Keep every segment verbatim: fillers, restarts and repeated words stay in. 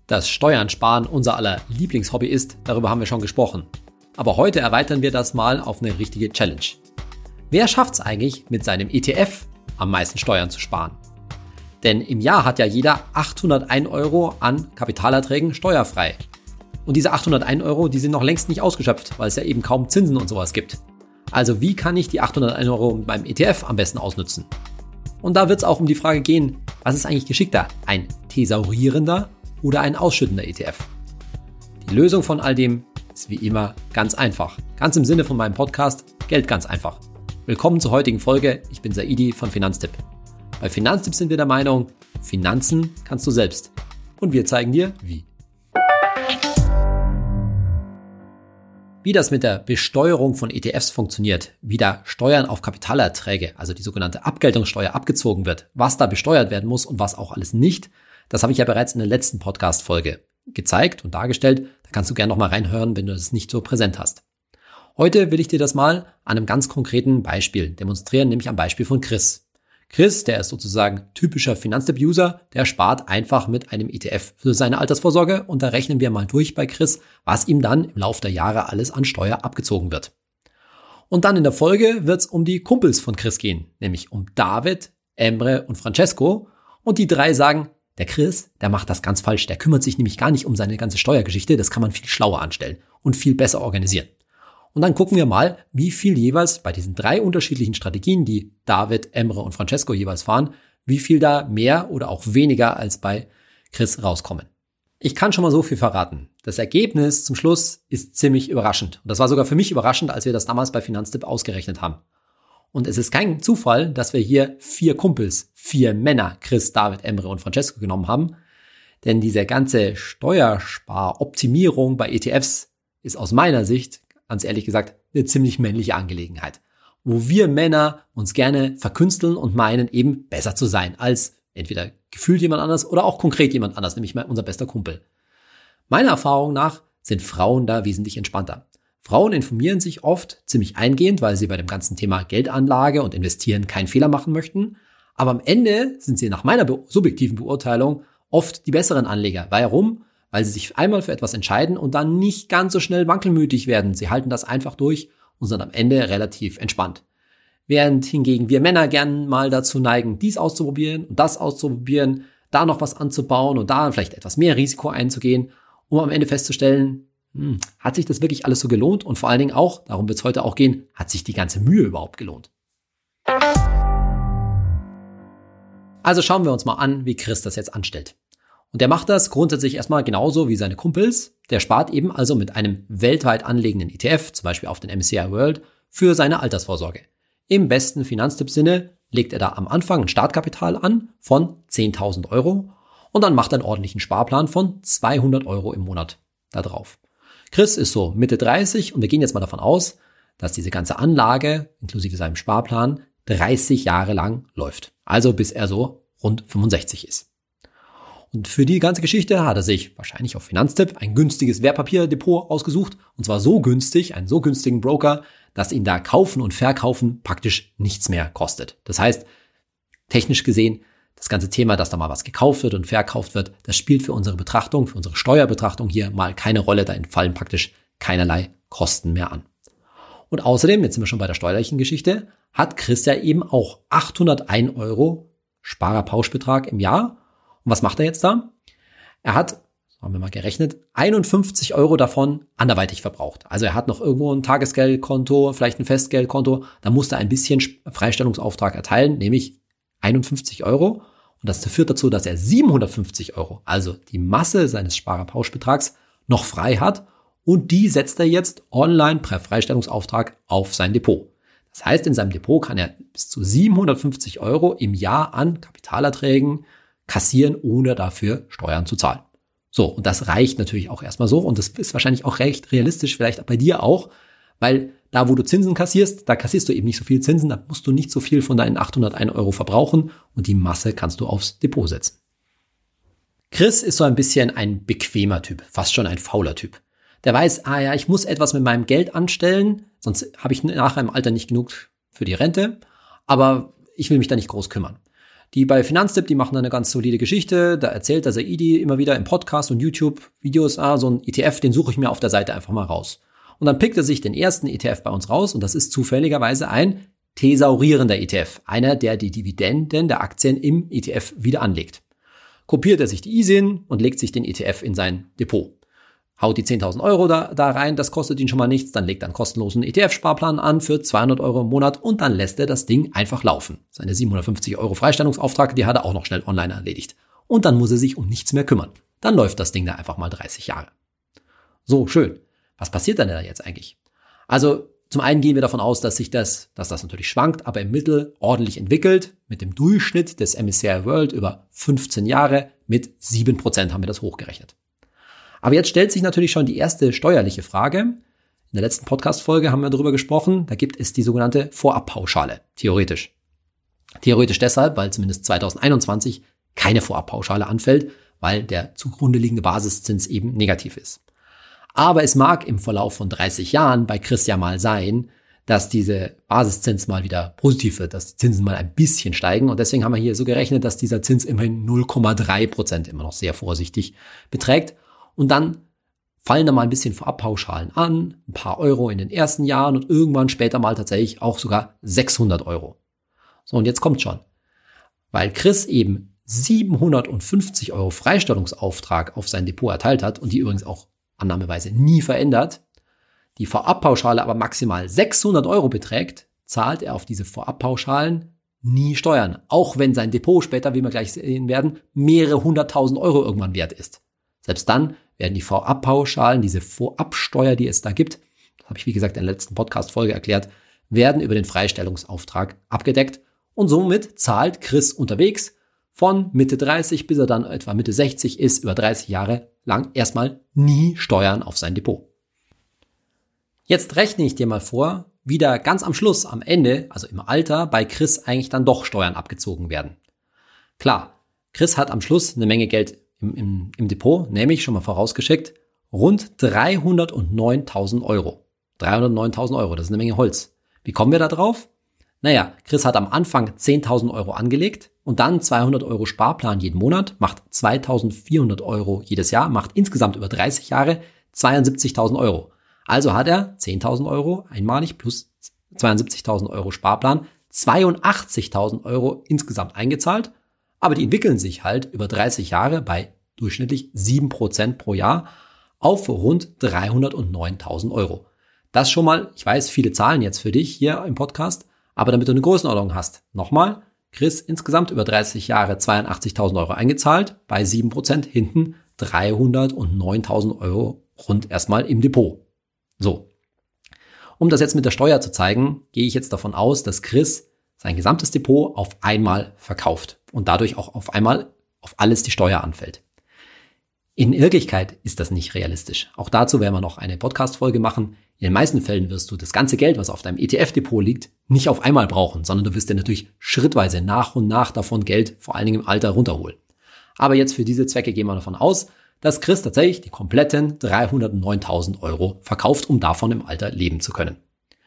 Dass Steuern sparen unser aller Lieblingshobby ist, darüber haben wir schon gesprochen. Aber heute erweitern wir das mal auf eine richtige Challenge. Wer schafft es eigentlich, mit seinem E T F am meisten Steuern zu sparen? Denn im Jahr hat ja jeder achthundertein Euro an Kapitalerträgen steuerfrei. Und diese achthundertein Euro, die sind noch längst nicht ausgeschöpft, weil es ja eben kaum Zinsen und sowas gibt. Also wie kann ich die achthundertein Euro beim E T F am besten ausnutzen? Und da wird es auch um die Frage gehen, was ist eigentlich geschickter? Ein thesaurierender oder ein ausschüttender E T F? Die Lösung von all dem ist wie immer ganz einfach. Ganz im Sinne von meinem Podcast, Geld ganz einfach. Willkommen zur heutigen Folge. Ich bin Saidi von Finanztipp. Bei Finanztipp sind wir der Meinung, Finanzen kannst du selbst. Und wir zeigen dir, wie. Wie das mit der Besteuerung von E T Fs funktioniert, wie da Steuern auf Kapitalerträge, also die sogenannte Abgeltungssteuer, abgezogen wird, was da besteuert werden muss und was auch alles nicht, das habe ich ja bereits in der letzten Podcast-Folge gezeigt und dargestellt. Da kannst du gerne noch mal reinhören, wenn du das nicht so präsent hast. Heute will ich dir das mal an einem ganz konkreten Beispiel demonstrieren, nämlich am Beispiel von Chris. Chris, der ist sozusagen typischer Finanztipp-User, der spart einfach mit einem E T F für seine Altersvorsorge und da rechnen wir mal durch bei Chris, was ihm dann im Laufe der Jahre alles an Steuer abgezogen wird. Und dann in der Folge wird es um die Kumpels von Chris gehen, nämlich um David, Emre und Francesco. Und die drei sagen, der Chris, der macht das ganz falsch, der kümmert sich nämlich gar nicht um seine ganze Steuergeschichte, das kann man viel schlauer anstellen und viel besser organisieren. Und dann gucken wir mal, wie viel jeweils bei diesen drei unterschiedlichen Strategien, die David, Emre und Francesco jeweils fahren, wie viel da mehr oder auch weniger als bei Chris rauskommen. Ich kann schon mal so viel verraten. Das Ergebnis zum Schluss ist ziemlich überraschend. Und das war sogar für mich überraschend, als wir das damals bei Finanztipp ausgerechnet haben. Und es ist kein Zufall, dass wir hier vier Kumpels, vier Männer, Chris, David, Emre und Francesco genommen haben. Denn diese ganze Steuersparoptimierung bei E T Fs ist aus meiner Sicht, ganz ehrlich gesagt, eine ziemlich männliche Angelegenheit. Wo wir Männer uns gerne verkünsteln und meinen, eben besser zu sein als entweder gefühlt jemand anders oder auch konkret jemand anders, nämlich unser bester Kumpel. Meiner Erfahrung nach sind Frauen da wesentlich entspannter. Frauen informieren sich oft ziemlich eingehend, weil sie bei dem ganzen Thema Geldanlage und Investieren keinen Fehler machen möchten. Aber am Ende sind sie nach meiner be- subjektiven Beurteilung oft die besseren Anleger. Warum? Weil sie sich einmal für etwas entscheiden und dann nicht ganz so schnell wankelmütig werden. Sie halten das einfach durch und sind am Ende relativ entspannt. Während hingegen wir Männer gern mal dazu neigen, dies auszuprobieren und das auszuprobieren, da noch was anzubauen und da vielleicht etwas mehr Risiko einzugehen, um am Ende festzustellen, hm, hat sich das wirklich alles so gelohnt? Und vor allen Dingen auch, darum wird es heute auch gehen, hat sich die ganze Mühe überhaupt gelohnt? Also schauen wir uns mal an, wie Chris das jetzt anstellt. Und der macht das grundsätzlich erstmal genauso wie seine Kumpels. Der spart eben also mit einem weltweit anlegenden E T F, zum Beispiel auf den M S C I World, für seine Altersvorsorge. Im besten Finanztipp-Sinne legt er da am Anfang ein Startkapital an von zehntausend Euro und dann macht er einen ordentlichen Sparplan von zweihundert Euro im Monat da drauf. Chris ist so Mitte dreißig und wir gehen jetzt mal davon aus, dass diese ganze Anlage, inklusive seinem Sparplan, dreißig Jahre lang läuft. Also bis er so rund fünfundsechzig ist. Und für die ganze Geschichte hat er sich wahrscheinlich auf Finanztipp ein günstiges Wertpapierdepot ausgesucht. Und zwar so günstig, einen so günstigen Broker, dass ihn da kaufen und verkaufen praktisch nichts mehr kostet. Das heißt, technisch gesehen, das ganze Thema, dass da mal was gekauft wird und verkauft wird, das spielt für unsere Betrachtung, für unsere Steuerbetrachtung hier mal keine Rolle. Da entfallen praktisch keinerlei Kosten mehr an. Und außerdem, jetzt sind wir schon bei der steuerlichen Geschichte, hat Chris ja eben auch achthundertein Euro Sparerpauschbetrag im Jahr. Und was macht er jetzt da? Er hat, haben wir mal gerechnet, einundfünfzig Euro davon anderweitig verbraucht. Also er hat noch irgendwo ein Tagesgeldkonto, vielleicht ein Festgeldkonto. Da musste er ein bisschen Freistellungsauftrag erteilen, nämlich einundfünfzig Euro. Und das führt dazu, dass er siebenhundertfünfzig Euro, also die Masse seines Sparerpauschbetrags, noch frei hat. Und die setzt er jetzt online per Freistellungsauftrag auf sein Depot. Das heißt, in seinem Depot kann er bis zu siebenhundertfünfzig Euro im Jahr an Kapitalerträgen kassieren, ohne dafür Steuern zu zahlen. So, und das reicht natürlich auch erstmal so und das ist wahrscheinlich auch recht realistisch, vielleicht bei dir auch, weil da, wo du Zinsen kassierst, da kassierst du eben nicht so viel Zinsen, da musst du nicht so viel von deinen achthundertein Euro verbrauchen und die Masse kannst du aufs Depot setzen. Chris ist so ein bisschen ein bequemer Typ, fast schon ein fauler Typ. Der weiß, ah ja, ich muss etwas mit meinem Geld anstellen, sonst habe ich nachher im Alter nicht genug für die Rente, aber ich will mich da nicht groß kümmern. Die bei Finanztipp, die machen eine ganz solide Geschichte. Da erzählt der Saidi immer wieder im Podcast und YouTube-Videos, ah, so ein E T F, den suche ich mir auf der Seite einfach mal raus. Und dann pickt er sich den ersten E T F bei uns raus und das ist zufälligerweise ein thesaurierender E T F. Einer, der die Dividenden der Aktien im E T F wieder anlegt. Kopiert er sich die I S I N und legt sich den E T F in sein Depot. Haut die zehntausend Euro da, da rein, das kostet ihn schon mal nichts, dann legt er einen kostenlosen E T F-Sparplan an für zweihundert Euro im Monat und dann lässt er das Ding einfach laufen. Seine siebenhundertfünfzig Euro Freistellungsauftrag, die hat er auch noch schnell online erledigt. Und dann muss er sich um nichts mehr kümmern. Dann läuft das Ding da einfach mal dreißig Jahre. So, schön. Was passiert denn da jetzt eigentlich? Also, zum einen gehen wir davon aus, dass sich das, dass das natürlich schwankt, aber im Mittel ordentlich entwickelt. Mit dem Durchschnitt des M S C I World über fünfzehn Jahre mit sieben Prozent haben wir das hochgerechnet. Aber jetzt stellt sich natürlich schon die erste steuerliche Frage. In der letzten Podcast-Folge haben wir darüber gesprochen. Da gibt es die sogenannte Vorabpauschale, theoretisch. Theoretisch deshalb, weil zumindest zweitausendeinundzwanzig keine Vorabpauschale anfällt, weil der zugrunde liegende Basiszins eben negativ ist. Aber es mag im Verlauf von dreißig Jahren bei Chris ja mal sein, dass diese Basiszins mal wieder positiv wird, dass die Zinsen mal ein bisschen steigen. Und deswegen haben wir hier so gerechnet, dass dieser Zins immerhin null Komma drei Prozent immer noch sehr vorsichtig beträgt. Und dann fallen da mal ein bisschen Vorabpauschalen an, ein paar Euro in den ersten Jahren und irgendwann später mal tatsächlich auch sogar sechshundert Euro. So, und jetzt kommt schon. Weil Chris eben siebenhundertfünfzig Euro Freistellungsauftrag auf sein Depot erteilt hat und die übrigens auch annahmeweise nie verändert, die Vorabpauschale aber maximal sechshundert Euro beträgt, zahlt er auf diese Vorabpauschalen nie Steuern. Auch wenn sein Depot später, wie wir gleich sehen werden, mehrere hunderttausend Euro irgendwann wert ist. Selbst dann werden die Vorabpauschalen, diese Vorabsteuer, die es da gibt, das habe ich wie gesagt in der letzten Podcast-Folge erklärt, werden über den Freistellungsauftrag abgedeckt und somit zahlt Chris unterwegs von Mitte dreißig bis er dann etwa Mitte sechzig ist, über dreißig Jahre lang erstmal nie Steuern auf sein Depot. Jetzt rechne ich dir mal vor, wie da ganz am Schluss, am Ende, also im Alter, bei Chris eigentlich dann doch Steuern abgezogen werden. Klar, Chris hat am Schluss eine Menge Geld im, im, im Depot, nämlich schon mal vorausgeschickt, rund dreihundertneuntausend Euro. dreihundertneuntausend Euro, das ist eine Menge Holz. Wie kommen wir da drauf? Naja, Chris hat am Anfang zehntausend Euro angelegt und dann zweihundert Euro Sparplan jeden Monat, macht zweitausendvierhundert Euro jedes Jahr, macht insgesamt über dreißig Jahre zweiundsiebzigtausend Euro. Also hat er zehntausend Euro einmalig plus zweiundsiebzigtausend Euro Sparplan, zweiundachtzigtausend Euro insgesamt eingezahlt, aber die entwickeln sich halt über dreißig Jahre bei durchschnittlich sieben Prozent pro Jahr auf rund dreihundertneuntausend Euro. Das schon mal, ich weiß, viele Zahlen jetzt für dich hier im Podcast, aber damit du eine Größenordnung hast. Nochmal, Chris insgesamt über dreißig Jahre zweiundachtzigtausend Euro eingezahlt, bei sieben Prozent hinten dreihundertneuntausend Euro rund erstmal im Depot. So, um das jetzt mit der Steuer zu zeigen, gehe ich jetzt davon aus, dass Chris sein gesamtes Depot auf einmal verkauft und dadurch auch auf einmal auf alles die Steuer anfällt. In Wirklichkeit ist das nicht realistisch. Auch dazu werden wir noch eine Podcast-Folge machen. In den meisten Fällen wirst du das ganze Geld, was auf deinem E T F-Depot liegt, nicht auf einmal brauchen, sondern du wirst dir natürlich schrittweise nach und nach davon Geld, vor allen Dingen im Alter, runterholen. Aber jetzt für diese Zwecke gehen wir davon aus, dass Chris tatsächlich die kompletten dreihundertneuntausend Euro verkauft, um davon im Alter leben zu können.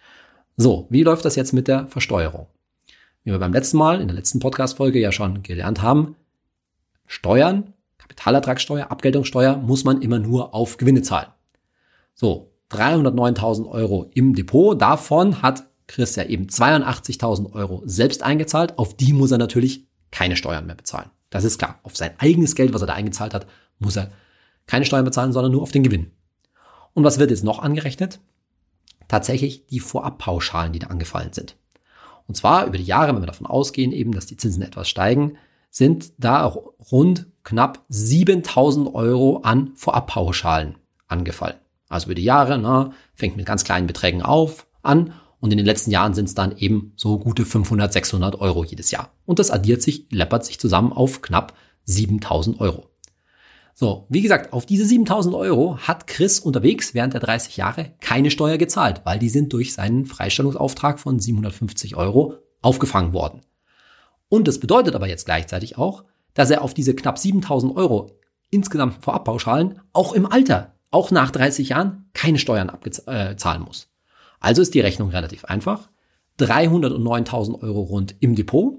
So, wie läuft das jetzt mit der Versteuerung? Wie wir beim letzten Mal, in der letzten Podcast-Folge ja schon gelernt haben, Steuern, Kapitalertragssteuer, Abgeltungssteuer muss man immer nur auf Gewinne zahlen. So, dreihundertneuntausend Euro im Depot, davon hat Chris ja eben zweiundachtzigtausend Euro selbst eingezahlt, auf die muss er natürlich keine Steuern mehr bezahlen. Das ist klar, auf sein eigenes Geld, was er da eingezahlt hat, muss er keine Steuern bezahlen, sondern nur auf den Gewinn. Und was wird jetzt noch angerechnet? Tatsächlich die Vorabpauschalen, die da angefallen sind. Und zwar über die Jahre, wenn wir davon ausgehen, eben, dass die Zinsen etwas steigen, sind da auch rund knapp siebentausend Euro an Vorabpauschalen angefallen. Also über die Jahre, na, fängt mit ganz kleinen Beträgen auf, an und in den letzten Jahren sind es dann eben so gute fünfhundert, sechshundert Euro jedes Jahr. Und das addiert sich, läppert sich zusammen auf knapp siebentausend Euro. So, wie gesagt, auf diese siebentausend Euro hat Chris unterwegs während der dreißig Jahre keine Steuer gezahlt, weil die sind durch seinen Freistellungsauftrag von siebenhundertfünfzig Euro aufgefangen worden. Und das bedeutet aber jetzt gleichzeitig auch, dass er auf diese knapp siebentausend Euro insgesamt Vorabpauschalen auch im Alter, auch nach dreißig Jahren, keine Steuern abzahlen muss. Also ist die Rechnung relativ einfach. dreihundertneuntausend Euro rund im Depot,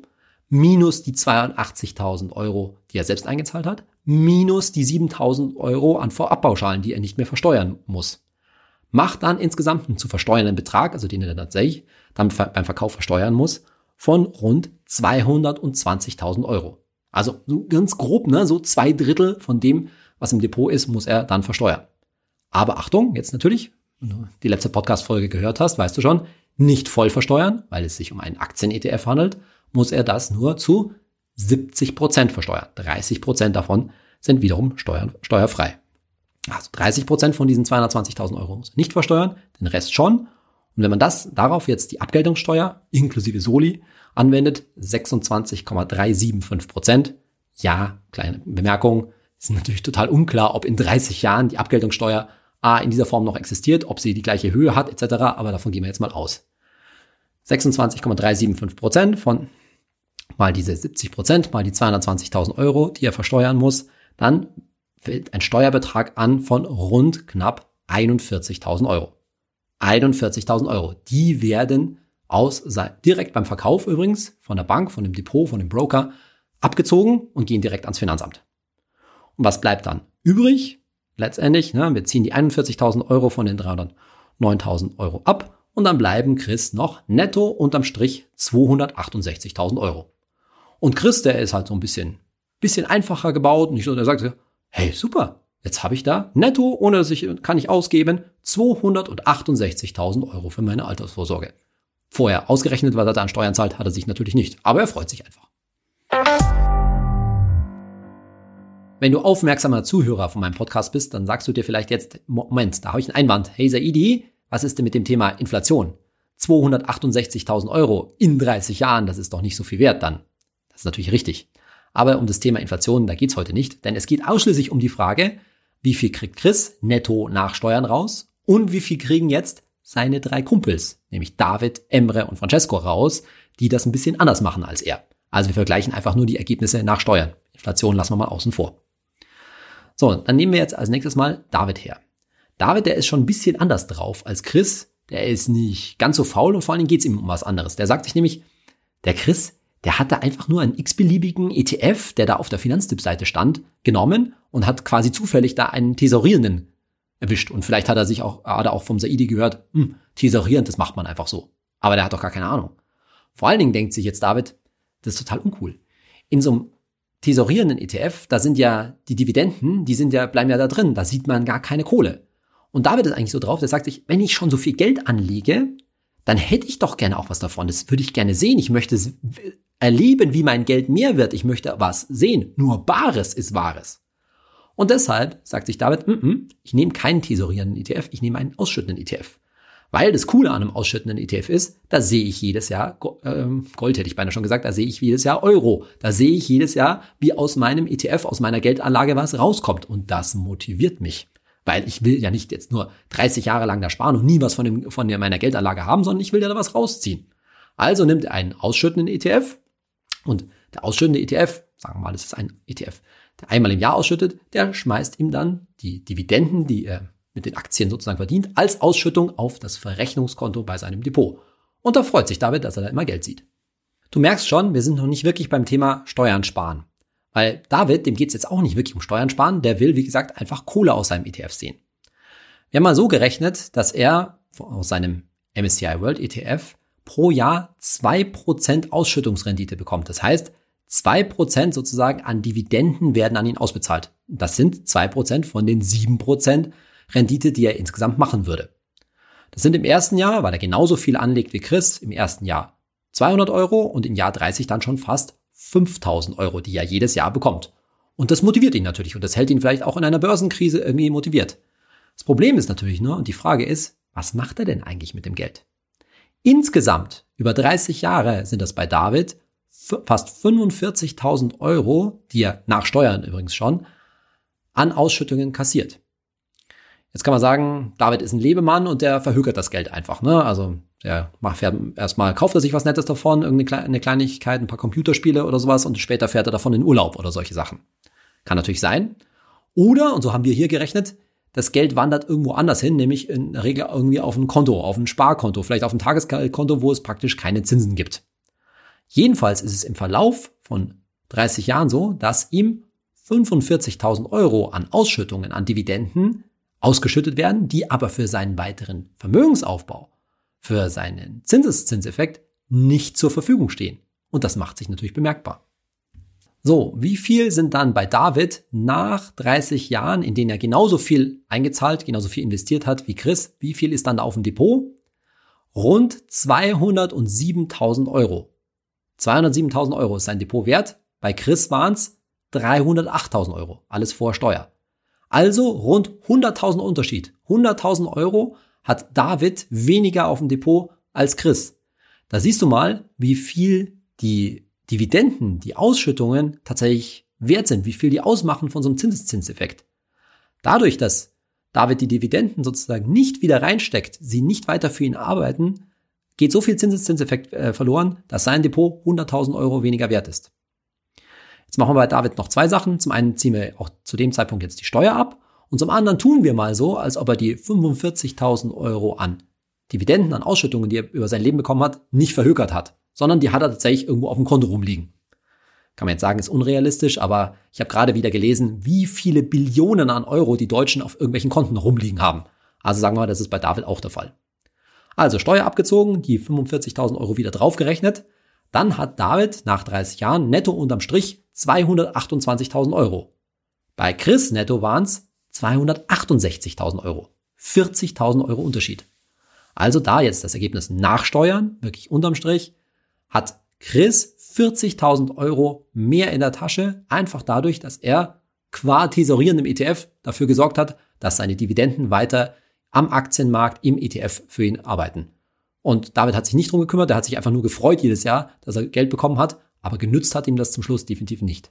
minus die zweiundachtzigtausend Euro, die er selbst eingezahlt hat, minus die siebentausend Euro an Vorabpauschalen, die er nicht mehr versteuern muss. Macht dann insgesamt einen zu versteuernden Betrag, also den er dann tatsächlich dann beim Verkauf versteuern muss, von rund zweihundertzwanzigtausend Euro. Also so ganz grob, ne, so zwei Drittel von dem, was im Depot ist, muss er dann versteuern. Aber Achtung, jetzt natürlich, wenn du die letzte Podcast-Folge gehört hast, weißt du schon, nicht voll versteuern, weil es sich um einen Aktien-E T F handelt, muss er das nur zu siebzig Prozent versteuern. dreißig Prozent davon sind wiederum steuern, steuerfrei. Also dreißig Prozent von diesen zweihundertzwanzigtausend Euro muss er nicht versteuern, den Rest schon. Und wenn man das darauf jetzt die Abgeltungssteuer inklusive Soli anwendet, sechsundzwanzig Komma dreihundertfünfundsiebzig Prozent. Ja, kleine Bemerkung, ist natürlich total unklar, ob in dreißig Jahren die Abgeltungssteuer A in dieser Form noch existiert, ob sie die gleiche Höhe hat et cetera. Aber davon gehen wir jetzt mal aus. sechsundzwanzig Komma dreihundertfünfundsiebzig Prozent von mal diese siebzig Prozent mal die zweihundertzwanzigtausend Euro, die er versteuern muss, dann fällt ein Steuerbetrag an von rund knapp einundvierzigtausend Euro. einundvierzigtausend Euro. Die werden aus direkt beim Verkauf übrigens von der Bank, von dem Depot, von dem Broker abgezogen und gehen direkt ans Finanzamt. Und was bleibt dann übrig? Letztendlich, ne, wir ziehen die einundvierzigtausend Euro von den dreihundertneuntausend Euro ab und dann bleiben Chris noch netto unterm Strich zweihundertachtundsechzigtausend Euro. Und Chris, der ist halt so ein bisschen, bisschen einfacher gebaut. Nicht so, der sagt, hey, super, jetzt habe ich da netto, ohne dass ich, kann ich ausgeben, zweihundertachtundsechzigtausend Euro für meine Altersvorsorge. Vorher ausgerechnet, was er da an Steuern zahlt, hat er sich natürlich nicht. Aber er freut sich einfach. Wenn du aufmerksamer Zuhörer von meinem Podcast bist, dann sagst du dir vielleicht jetzt, Moment, da habe ich einen Einwand. Hey Saidi, was ist denn mit dem Thema Inflation? zweihundertachtundsechzigtausend Euro in dreißig Jahren, das ist doch nicht so viel wert dann. Das ist natürlich richtig. Aber um das Thema Inflation, da geht's heute nicht, denn es geht ausschließlich um die Frage, wie viel kriegt Chris netto nach Steuern raus und wie viel kriegen jetzt seine drei Kumpels, nämlich David, Emre und Francesco raus, die das ein bisschen anders machen als er. Also wir vergleichen einfach nur die Ergebnisse nach Steuern. Inflation lassen wir mal außen vor. So, dann nehmen wir jetzt als nächstes mal David her. David, der ist schon ein bisschen anders drauf als Chris. Der ist nicht ganz so faul und vor allen Dingen geht's ihm um was anderes. Der sagt sich nämlich, der Chris, der hat da einfach nur einen x-beliebigen E T F, der da auf der Finanztipp-Seite stand, genommen und hat quasi zufällig da einen Tesorierenden erwischt. Und vielleicht hat er sich auch, hat er auch vom Saidi gehört, hm, tesorierend, das macht man einfach so. Aber der hat doch gar keine Ahnung. Vor allen Dingen denkt sich jetzt David, das ist total uncool. In so einem tesorierenden E T F, da sind ja die Dividenden, die sind ja, bleiben ja da drin, da sieht man gar keine Kohle. Und David ist eigentlich so drauf, der sagt sich, wenn ich schon so viel Geld anlege, dann hätte ich doch gerne auch was davon. Das würde ich gerne sehen. Ich möchte erleben, wie mein Geld mehr wird. Ich möchte was sehen. Nur Bares ist Wahres. Und deshalb sagt sich David, m-m, ich nehme keinen tesorierenden E T F, ich nehme einen ausschüttenden E T F. Weil das Coole an einem ausschüttenden E T F ist, da sehe ich jedes Jahr, ähm, Gold hätte ich beinahe schon gesagt, da sehe ich jedes Jahr Euro. Da sehe ich jedes Jahr, wie aus meinem E T F, aus meiner Geldanlage was rauskommt. Und das motiviert mich. Weil ich will ja nicht jetzt nur dreißig Jahre lang da sparen und nie was von, dem, von der, meiner Geldanlage haben, sondern ich will ja da was rausziehen. Also nimmt er einen ausschüttenden E T F und der ausschüttende E T F, sagen wir mal, das ist ein E T F, der einmal im Jahr ausschüttet, der schmeißt ihm dann die Dividenden, die er mit den Aktien sozusagen verdient, als Ausschüttung auf das Verrechnungskonto bei seinem Depot. Und da freut sich David, dass er da immer Geld sieht. Du merkst schon, wir sind noch nicht wirklich beim Thema Steuern sparen. Weil David, dem geht es jetzt auch nicht wirklich um Steuern sparen, der will, wie gesagt, einfach Kohle aus seinem E T F sehen. Wir haben mal so gerechnet, dass er aus seinem M S C I World E T F pro Jahr zwei Prozent Ausschüttungsrendite bekommt. Das heißt, zwei Prozent sozusagen an Dividenden werden an ihn ausbezahlt. Das sind zwei Prozent von den sieben Prozent Rendite, die er insgesamt machen würde. Das sind im ersten Jahr, weil er genauso viel anlegt wie Chris, im ersten Jahr zweihundert Euro und im Jahr dreißig dann schon fast fünftausend Euro, die er jedes Jahr bekommt. Und das motiviert ihn natürlich und das hält ihn vielleicht auch in einer Börsenkrise irgendwie motiviert. Das Problem ist natürlich nur, und die Frage ist, was macht er denn eigentlich mit dem Geld? Insgesamt, über dreißig Jahre sind das bei David fast fünfundvierzigtausend Euro, die er nach Steuern übrigens schon, an Ausschüttungen kassiert. Jetzt kann man sagen, David ist ein Lebemann und der verhökert das Geld einfach, ne? Also der macht erstmal, kauft er sich was Nettes davon, irgendeine Kleinigkeit, ein paar Computerspiele oder sowas und später fährt er davon in Urlaub oder solche Sachen. Kann natürlich sein. Oder, und so haben wir hier gerechnet, das Geld wandert irgendwo anders hin, nämlich in der Regel irgendwie auf ein Konto, auf ein Sparkonto, vielleicht auf ein Tagesgeldkonto, wo es praktisch keine Zinsen gibt. Jedenfalls ist es im Verlauf von dreißig Jahren so, dass ihm fünfundvierzigtausend Euro an Ausschüttungen, an Dividenden ausgeschüttet werden, die aber für seinen weiteren Vermögensaufbau, für seinen Zinseszinseffekt nicht zur Verfügung stehen. Und das macht sich natürlich bemerkbar. So, wie viel sind dann bei David nach dreißig Jahren, in denen er genauso viel eingezahlt, genauso viel investiert hat wie Chris, wie viel ist dann da auf dem Depot? Rund zweihundertsiebentausend Euro. zweihundertsiebentausend Euro ist sein Depot wert. Bei Chris waren es dreihundertachttausend Euro. Alles vor Steuer. Also rund hunderttausend Unterschied. hunderttausend Euro hat David weniger auf dem Depot als Chris. Da siehst du mal, wie viel die Dividenden, die Ausschüttungen tatsächlich wert sind, wie viel die ausmachen von so einem Zinseszinseffekt. Dadurch, dass David die Dividenden sozusagen nicht wieder reinsteckt, sie nicht weiter für ihn arbeiten, geht so viel Zinseszinseffekt äh, verloren, dass sein Depot hunderttausend Euro weniger wert ist. Jetzt machen wir bei David noch zwei Sachen. Zum einen ziehen wir auch zu dem Zeitpunkt jetzt die Steuer ab und zum anderen tun wir mal so, als ob er die fünfundvierzigtausend Euro an Dividenden, an Ausschüttungen, die er über sein Leben bekommen hat, nicht verhökert hat, sondern die hat er tatsächlich irgendwo auf dem Konto rumliegen. Kann man jetzt sagen, ist unrealistisch, aber ich habe gerade wieder gelesen, wie viele Billionen an Euro die Deutschen auf irgendwelchen Konten rumliegen haben. Also sagen wir mal, das ist bei David auch der Fall. Also Steuer abgezogen, die fünfundvierzigtausend Euro wieder draufgerechnet. Dann hat David nach dreißig Jahren netto unterm Strich zweihundertachtundzwanzigtausend Euro. Bei Chris netto waren es zweihundertachtundsechzigtausend Euro. vierzigtausend Euro Unterschied. Also da jetzt das Ergebnis nach Steuern, wirklich unterm Strich, hat Chris vierzigtausend Euro mehr in der Tasche, einfach dadurch, dass er qua tesorierendem E T F dafür gesorgt hat, dass seine Dividenden weiter am Aktienmarkt im E T F für ihn arbeiten. Und David hat sich nicht drum gekümmert, er hat sich einfach nur gefreut jedes Jahr, dass er Geld bekommen hat, aber genützt hat ihm das zum Schluss definitiv nicht.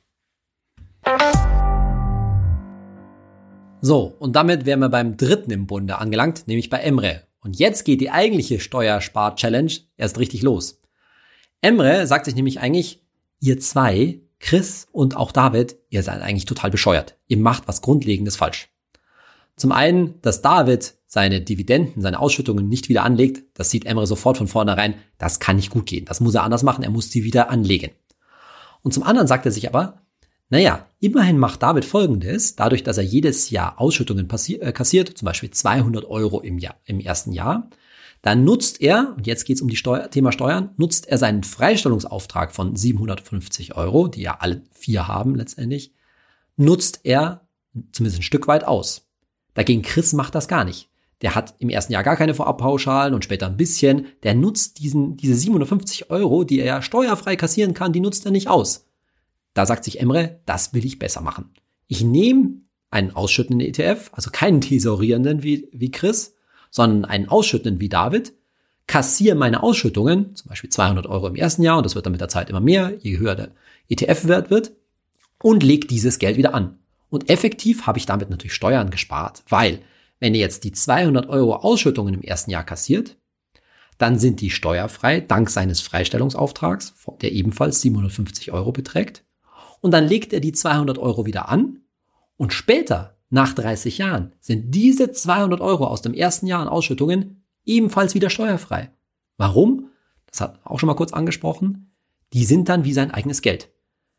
So, und damit wären wir beim dritten im Bunde angelangt, nämlich bei Emre. Und jetzt geht die eigentliche Steuerspar-Challenge erst richtig los. Emre sagt sich nämlich eigentlich, ihr zwei, Chris und auch David, ihr seid eigentlich total bescheuert. Ihr macht was Grundlegendes falsch. Zum einen, dass David seine Dividenden, seine Ausschüttungen nicht wieder anlegt, das sieht Emre sofort von vornherein, das kann nicht gut gehen. Das muss er anders machen, er muss sie wieder anlegen. Und zum anderen sagt er sich aber, naja, immerhin macht David Folgendes, dadurch, dass er jedes Jahr Ausschüttungen passi- äh, kassiert, zum Beispiel zweihundert Euro im Jahr, im ersten Jahr, dann nutzt er, und jetzt geht es um die Steuer, Thema Steuern, nutzt er seinen Freistellungsauftrag von siebenhundertfünfzig Euro, die ja alle vier haben letztendlich, nutzt er zumindest ein Stück weit aus. Dagegen Chris macht das gar nicht. Der hat im ersten Jahr gar keine Vorabpauschalen und später ein bisschen. Der nutzt diesen, diese siebenhundertfünfzig Euro, die er steuerfrei kassieren kann, die nutzt er nicht aus. Da sagt sich Emre, das will ich besser machen. Ich nehme einen ausschüttenden E T F, also keinen tesorierenden wie, wie Chris, sondern einen ausschüttenden wie David, kassiere meine Ausschüttungen, zum Beispiel zweihundert Euro im ersten Jahr, und das wird dann mit der Zeit immer mehr, je höher der E T F-Wert wird, und lege dieses Geld wieder an. Und effektiv habe ich damit natürlich Steuern gespart, weil wenn ihr jetzt die zweihundert Euro Ausschüttungen im ersten Jahr kassiert, dann sind die steuerfrei dank seines Freistellungsauftrags, der ebenfalls siebenhundertfünfzig Euro beträgt. Und dann legt er die zweihundert Euro wieder an und später, nach dreißig Jahren, sind diese zweihundert Euro aus dem ersten Jahr an Ausschüttungen ebenfalls wieder steuerfrei. Warum? Das hat auch schon mal kurz angesprochen. Die sind dann wie sein eigenes Geld.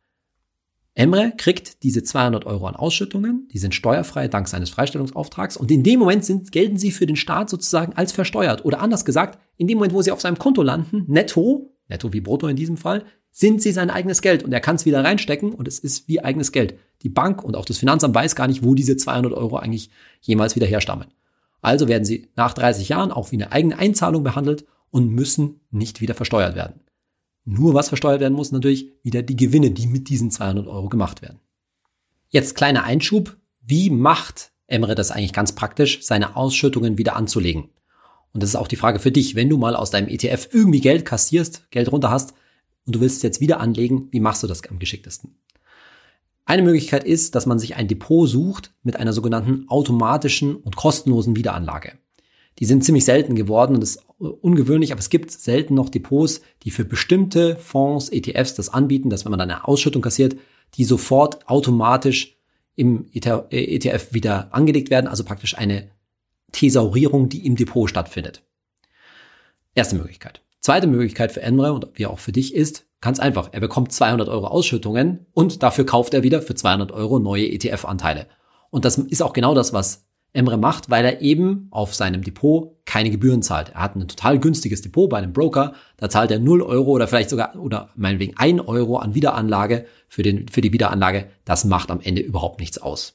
Emre kriegt diese zweihundert Euro an Ausschüttungen, die sind steuerfrei dank seines Freistellungsauftrags und in dem Moment sind, gelten sie für den Staat sozusagen als versteuert. Oder anders gesagt, in dem Moment, wo sie auf seinem Konto landen, netto, netto wie brutto in diesem Fall, sind sie sein eigenes Geld und er kann es wieder reinstecken und es ist wie eigenes Geld. Die Bank und auch das Finanzamt weiß gar nicht, wo diese zweihundert Euro eigentlich jemals wieder herstammen. Also werden sie nach dreißig Jahren auch wie eine eigene Einzahlung behandelt und müssen nicht wieder versteuert werden. Nur was versteuert werden muss, natürlich wieder die Gewinne, die mit diesen zweihundert Euro gemacht werden. Jetzt kleiner Einschub. Wie macht Emre das eigentlich ganz praktisch, seine Ausschüttungen wieder anzulegen? Und das ist auch die Frage für dich. Wenn du mal aus deinem E T F irgendwie Geld kassierst, Geld runter hast und du willst es jetzt wieder anlegen, wie machst du das am geschicktesten? Eine Möglichkeit ist, dass man sich ein Depot sucht mit einer sogenannten automatischen und kostenlosen Wiederanlage. Die sind ziemlich selten geworden und das ist ungewöhnlich, aber es gibt selten noch Depots, die für bestimmte Fonds, E T Fs das anbieten, dass wenn man dann eine Ausschüttung kassiert, die sofort automatisch im E T F wieder angelegt werden, also praktisch eine Thesaurierung, die im Depot stattfindet. Erste Möglichkeit. Zweite Möglichkeit für Emre und wie auch für dich ist, Ganz einfach, er bekommt zweihundert Euro Ausschüttungen und dafür kauft er wieder für zweihundert Euro neue E T F-Anteile. Und das ist auch genau das, was Emre macht, weil er eben auf seinem Depot keine Gebühren zahlt. Er hat ein total günstiges Depot bei einem Broker, da zahlt er null Euro oder vielleicht sogar, oder meinetwegen ein Euro an Wiederanlage für, den, für die Wiederanlage. Das macht am Ende überhaupt nichts aus.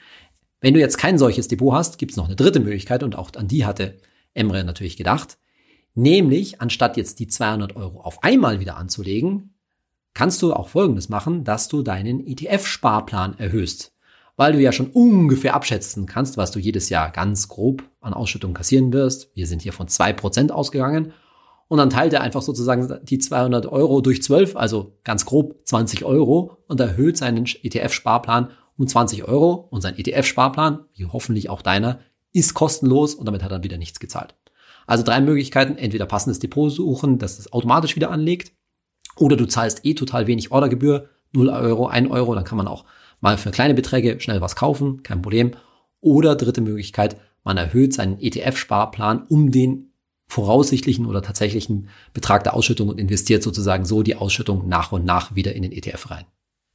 Wenn du jetzt kein solches Depot hast, gibt es noch eine dritte Möglichkeit und auch an die hatte Emre natürlich gedacht. Nämlich, anstatt jetzt die zweihundert Euro auf einmal wieder anzulegen, kannst du auch Folgendes machen, dass du deinen E T F-Sparplan erhöhst. Weil du ja schon ungefähr abschätzen kannst, was du jedes Jahr ganz grob an Ausschüttung kassieren wirst. Wir sind hier von zwei Prozent ausgegangen. Und dann teilt er einfach sozusagen die zweihundert Euro durch zwölf, also ganz grob zwanzig Euro und erhöht seinen E T F-Sparplan um zwanzig Euro. Und sein E T F-Sparplan, wie hoffentlich auch deiner, ist kostenlos und damit hat er wieder nichts gezahlt. Also drei Möglichkeiten, entweder passendes Depot suchen, das das automatisch wieder anlegt, oder du zahlst eh total wenig Ordergebühr, null Euro, ein Euro, dann kann man auch mal für kleine Beträge schnell was kaufen, kein Problem. Oder dritte Möglichkeit, man erhöht seinen E T F-Sparplan um den voraussichtlichen oder tatsächlichen Betrag der Ausschüttung und investiert sozusagen so die Ausschüttung nach und nach wieder in den E T F rein.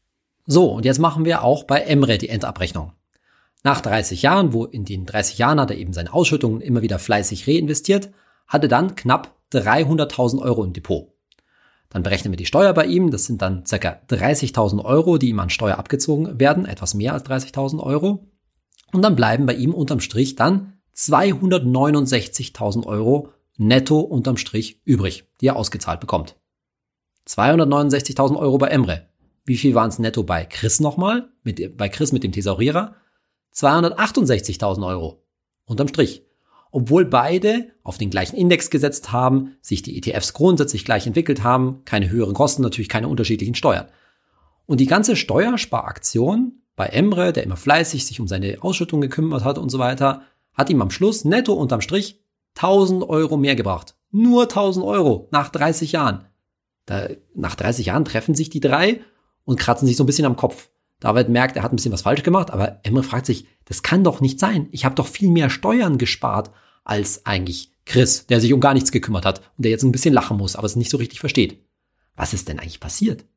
So, und jetzt machen wir auch bei Emre die Endabrechnung. Nach dreißig Jahren, wo in den dreißig Jahren hat er eben seine Ausschüttungen immer wieder fleißig reinvestiert, hatte dann knapp dreihunderttausend Euro im Depot. Dann berechnen wir die Steuer bei ihm, das sind dann ca. dreißigtausend Euro, die ihm an Steuer abgezogen werden, etwas mehr als dreißigtausend Euro. Und dann bleiben bei ihm unterm Strich dann zweihundertneunundsechzigtausend Euro netto unterm Strich übrig, die er ausgezahlt bekommt. zweihundertneunundsechzigtausend Euro bei Emre. Wie viel waren es netto bei Chris nochmal? Mit, bei Chris mit dem Thesaurierer? zweihundertachtundsechzigtausend Euro unterm Strich. Obwohl beide auf den gleichen Index gesetzt haben, sich die E T Fs grundsätzlich gleich entwickelt haben, keine höheren Kosten, natürlich keine unterschiedlichen Steuern. Und die ganze Steuersparaktion bei Emre, der immer fleißig sich um seine Ausschüttung gekümmert hat und so weiter, hat ihm am Schluss netto unterm Strich tausend Euro mehr gebracht. Nur tausend Euro nach dreißig Jahren. Da, nach dreißig Jahren treffen sich die drei und kratzen sich so ein bisschen am Kopf. David merkt, er hat ein bisschen was falsch gemacht, aber Emre fragt sich, das kann doch nicht sein. Ich habe doch viel mehr Steuern gespart als eigentlich Chris, der sich um gar nichts gekümmert hat und der jetzt ein bisschen lachen muss, aber es nicht so richtig versteht. Was ist denn eigentlich passiert?